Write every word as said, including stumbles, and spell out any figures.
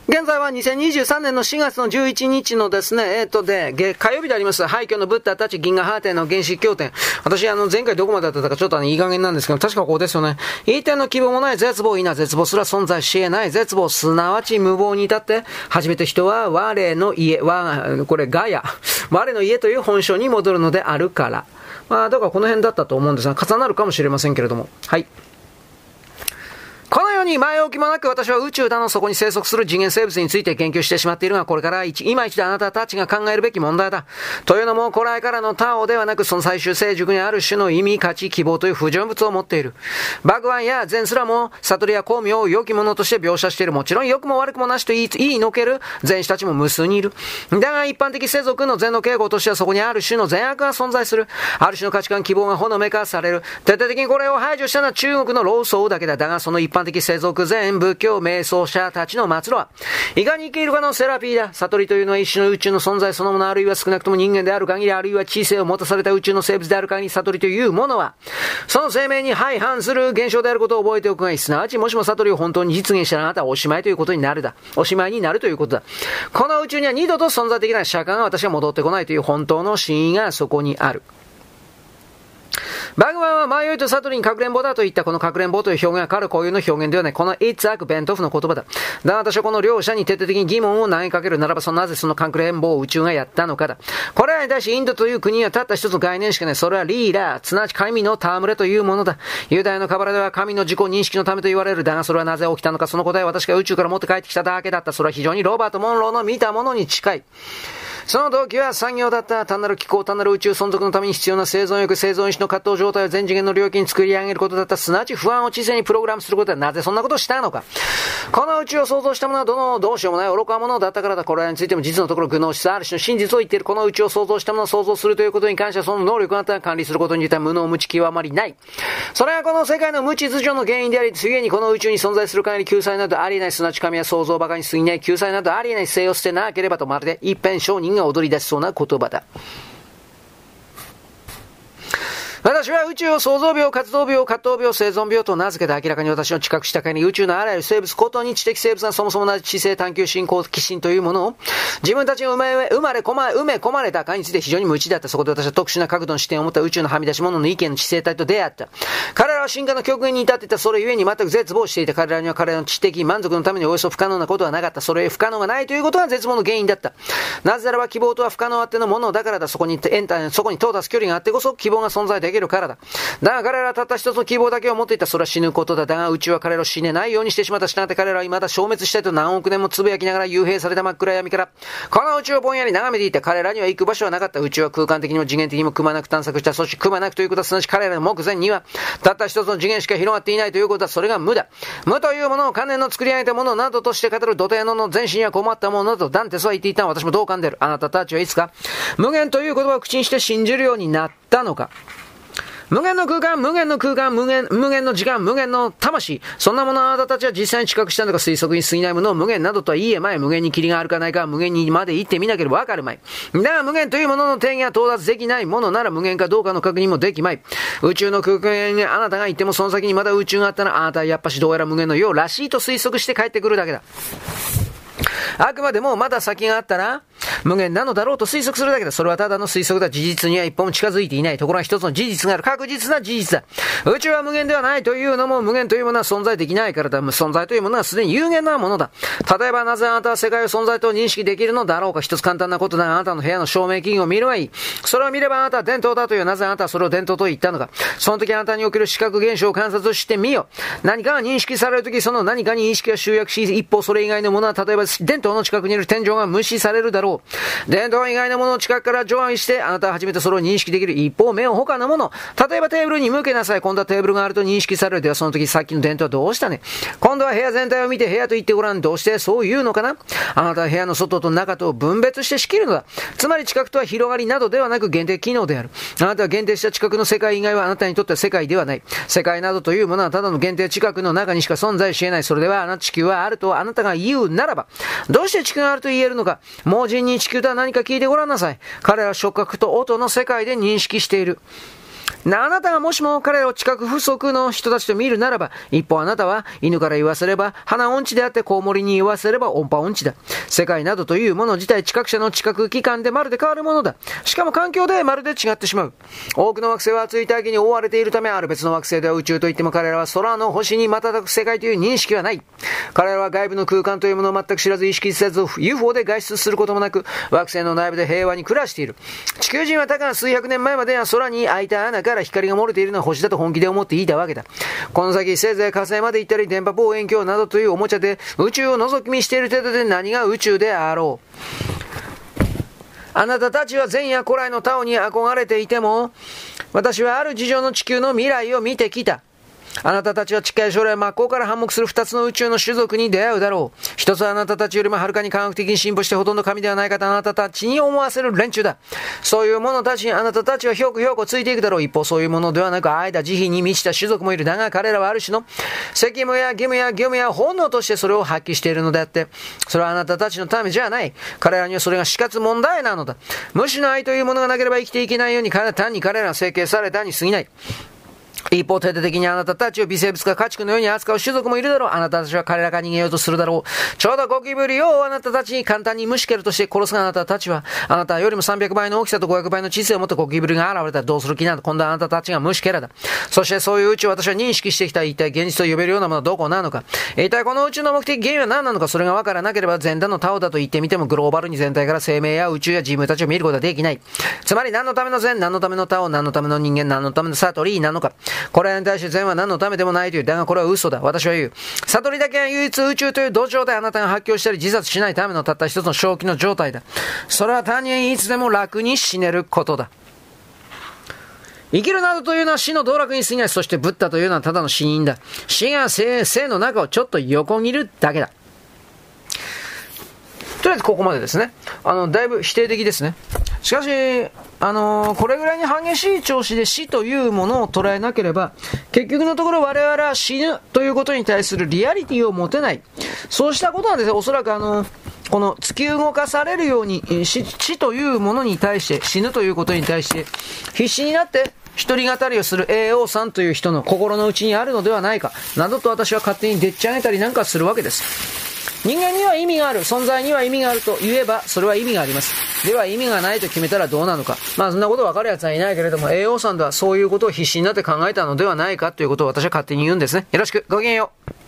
現在はにせんにじゅうさんねんのしがつのじゅういちにちのですね、えっ、ー、とで、火曜日であります、廃墟のブッダたち銀河ハーテンの原始経典。私、あの、前回どこまでだったかちょっと、ね、いい加減なんですけど、確かここですよね。一点の希望もない絶望、いな絶望すら存在し得ない絶望、すなわち無謀に至って、初めて人は我の家、我、これガヤ、我の家という本性に戻るのであるから。まあ、だからこの辺だったと思うんですが、重なるかもしれませんけれども。はい。このように前置きもなく私は宇宙だの底に生息する次元生物について研究してしまっているが、これから一今一度あなたたちが考えるべき問題だ。というのも古来からのタオではなく、その最終成熟にある種の意味、価値、希望という不純物を持っている。バグワンや禅すらも悟りや光明を良きものとして描写している。もちろん良くも悪くもなしと言い、言いのける禅師たちも無数にいる。だが一般的世俗の禅の傾向としては、そこにある種の善悪が存在する。ある種の価値観、希望がほのめかされる。徹底的にこれを排除したのは中国の老僧だけだ。だがその一般的世俗禅仏教瞑想者たちの末路は、いかに生きるかのセラピーだ。悟りというのは一種の宇宙の存在そのもの、あるいは少なくとも人間である限り、あるいは知性を持たされた宇宙の生物である限り、悟りというものは、その生命に相反する現象であることを覚えておくがいい。すなわち、もしも悟りを本当に実現したらあなたはおしまいということになるだ。おしまいになるということだ。この宇宙には二度と存在できない釈迦が私は戻ってこないという本当の真意がそこにある。バグワンは迷いと悟りにかくれんぼだと言った。このかくれんぼという表現は彼固有の表現ではない。このイツアクベントフの言葉だ。だが私はこの両者に徹底的に疑問を投げかけるならば、そのなぜそのかくれんぼを宇宙がやったのかだ。これらに対しインドという国にはたった一つの概念しかない。それはリーラー、すなわち神の戯れというものだ。ユダヤのカバラでは神の自己認識のためと言われる。だがそれはなぜ起きたのか。その答えは私が宇宙から持って帰ってきただけだった。それは非常にロバート・モンローの見たものに近い。その動機は産業だった。単なる気候、単なる宇宙存続のために必要な生存欲、生存意志の葛藤状態を全次元の領域に作り上げることだった。すなわち不安を知性にプログラムすることはなぜそんなことをしたのか。この宇宙を創造したものはどのどうしようもない愚か者だったからだ。これらについても実のところ愚能思想、ある種の真実を言っている。この宇宙を創造したものを創造するということに関しては、その能力があったら管理することによっては無能無知極まりない。それはこの世界の無秩序の原因であり、次にこの宇宙に存在する限り救済などありえない。すなわち神は創造ばかりに過ぎない。救済などありえない。性を捨てなければと、まるで一辺商人が踊り出しそうな言葉だ。私は宇宙を創造病、活動病、葛藤病、生存病と名付けて、明らかに私の知覚した限り、宇宙のあらゆる生物、ことに知的生物がそもそも同じ知性探求信仰寄進というものを、自分たちが生まれ、生まれ込まれ、埋め込まれたかについて非常に無知だった。そこで私は特殊な角度の視点を持った宇宙のはみ出し物の意見の知性体と出会った。彼らは進化の極限に至っていた。それゆえに全く絶望していた。彼らには彼らの知的満足のためにおよそ不可能なことはなかった。それゆえ不可能がないということが絶望の原因だった。なぜならば希望とは不可能あってのものだからだ。そこにエンター、そこに到達距離があってこそ希望が存在できるからだ。だが彼らはたった一つの希望だけを持っていた。それは死ぬことだ。だが宇宙は彼らを死ねないようにしてしまった。したがって彼らは未だ消滅したいと何億年もつぶやきながら幽閉された真っ暗闇からこの宇宙をぼんやり眺めていた。彼らには行く場所はなかった。宇宙は空間的にも次元的にもくまなく探索した。そしてくまなくということは、すなわち彼らの目前にはたった一つの次元しか広がっていないということは、それが無だ。無というものを観念の作り上げたものなどとして語る土底のの全身には困ったものなどダンテスは言っていたのは私も同感である。あなたたちはいつか無限という言葉を口にして信じるようになったのか。無限の空間、無限の空間、無限、無限の時間、無限の魂。そんなものをあなたたちは実際に知覚したのか。推測に過ぎないものを無限などとは言えまい。無限に霧があるかないかは無限にまで行ってみなければわかるまい。だが無限というものの定義は到達できないものなら無限かどうかの確認もできまい。宇宙の空間にあなたが行ってもその先にまだ宇宙があったら、あなたはやっぱしどうやら無限のようらしいと推測して帰ってくるだけだ。あくまでもまだ先があったら無限なのだろうと推測するだけだ。それはただの推測だ。事実には一歩も近づいていない。ところが一つの事実がある。確実な事実だ。宇宙は無限ではないというのも、無限というものは存在できないからだ。存在というものはすでに有限なものだ。例えばなぜあなたは世界を存在と認識できるのだろうか。一つ簡単なことだが、あなたの部屋の照明器具を見るがいい。それを見ればあなたは伝統だという。なぜあなたはそれを伝統と言ったのか。その時あなたにおける視覚現象を観察してみよ。何かが認識される時、その何かに意識が集約し、一方それ以外のものは、例えば伝統の近くにいる天井が無視されるだろう。伝統以外のものを近くから上映して、あなたは初めてそれを認識できる。一方、目を他のもの。例えばテーブルに向けなさい。今度はテーブルがあると認識される。ではその時さっきの伝統はどうしたね。今度は部屋全体を見て部屋と言ってごらん。どうしてそう言うのかな。あなたは部屋の外と中と分別して仕切るのだ。つまり知覚とは広がりなどではなく限定機能である。あなたは限定した知覚の世界以外はあなたにとっては世界ではない。世界などというものはただの限定知覚の中にしか存在し得ない。それではあなた地球はあるとあなたが言うならば、どうして地球があると言えるのか。盲人に地球とは何か聞いてごらんなさい。彼らは触覚と音の世界で認識している。 なあなたがもしも彼らを知覚不足の人たちと見るならば、一方あなたは犬から言わせれば鼻音痴であってコウモリに言わせれば音波音痴だ。世界などというもの自体知覚者の知覚器官でまるで変わるものだ。しかも環境でまるで違ってしまう。多くの惑星は暑い大気に覆われているため、ある別の惑星では宇宙といっても彼らは空の星に瞬く世界という認識はない。彼らは外部の空間というものを全く知らず意識せず ユーフォー で外出することもなく、惑星の内部で平和に暮らしている。地球人はたかが数百年前までは空に開いた穴から光が漏れているのは星だと本気で思っていたわけだ。この先せいぜい火星まで行ったり電波望遠鏡などというおもちゃで宇宙を覗き見している程度で何が宇宙であろう。あなたたちは前夜古来のタオに憧れていても、私はある事情の地球の未来を見てきた。あなたたちは近い将来真っ向から反目する二つの宇宙の種族に出会うだろう。一つはあなたたちよりもはるかに科学的に進歩してほとんど神ではないかとあなたたちに思わせる連中だ。そういう者たちにあなたたちはひょくひょくついていくだろう。一方そういうものではなく愛だ慈悲に満ちた種族もいる。だが彼らはある種の責務や義務や義務や本能としてそれを発揮しているのであって、それはあなたたちのためじゃない。彼らにはそれが死活問題なのだ。無視の愛というものがなければ生きていけないように単に彼らが整形されたに過ぎない。一方、徹底的にあなたたちを微生物か家畜のように扱う種族もいるだろう。あなたたちは彼らから逃げようとするだろう。ちょうどゴキブリをあなたたちに簡単に虫けるとして殺すがあなたたちは、あなたよりもさんびゃくばいの大きさとごひゃくばいの知性を持ったゴキブリが現れたらどうする気なんだ。今度はあなたたちが虫けらだ。そしてそういう宇宙を私は認識してきた一体現実と呼べるようなものはどこなのか。一体この宇宙の目的原因は何なのか。それがわからなければ前段のタオだと言ってみてもグローバルに全体から生命や宇宙や自分たちを見ることはできない。つまり何のための善、何のためのタオ、何のための人間、何のための悟りなのか。これに対して善は何のためでもないという。だがこれは嘘だ。私は言う。悟りだけが唯一宇宙という土壌であなたが発狂したり自殺しないためのたった一つの正気の状態だ。それは単にいつでも楽に死ねることだ。生きるなどというのは死の道楽に過ぎない。そしてブッダというのはただの死人だ。死が生の中をちょっと横切るだけだ。とりあえずここまでですね。あの、だいぶ否定的ですね。しかし、あのー、これぐらいに激しい調子で死というものを捉えなければ、結局のところ我々は死ぬということに対するリアリティを持てない。そうしたことはですね、おそらくあのー、この突き動かされるように、えー、死、死というものに対して、死ぬということに対して、必死になって、一人語りをする エーオー さんという人の心の内にあるのではないか、などと私は勝手にでっち上げたりなんかするわけです。人間には意味がある、存在には意味があると言えば、それは意味があります。では意味がないと決めたらどうなのか。まあそんなこと分かる奴はいないけれども、エーオー さんではそういうことを必死になって考えたのではないかということを私は勝手に言うんですね。よろしく、ごきげんよう。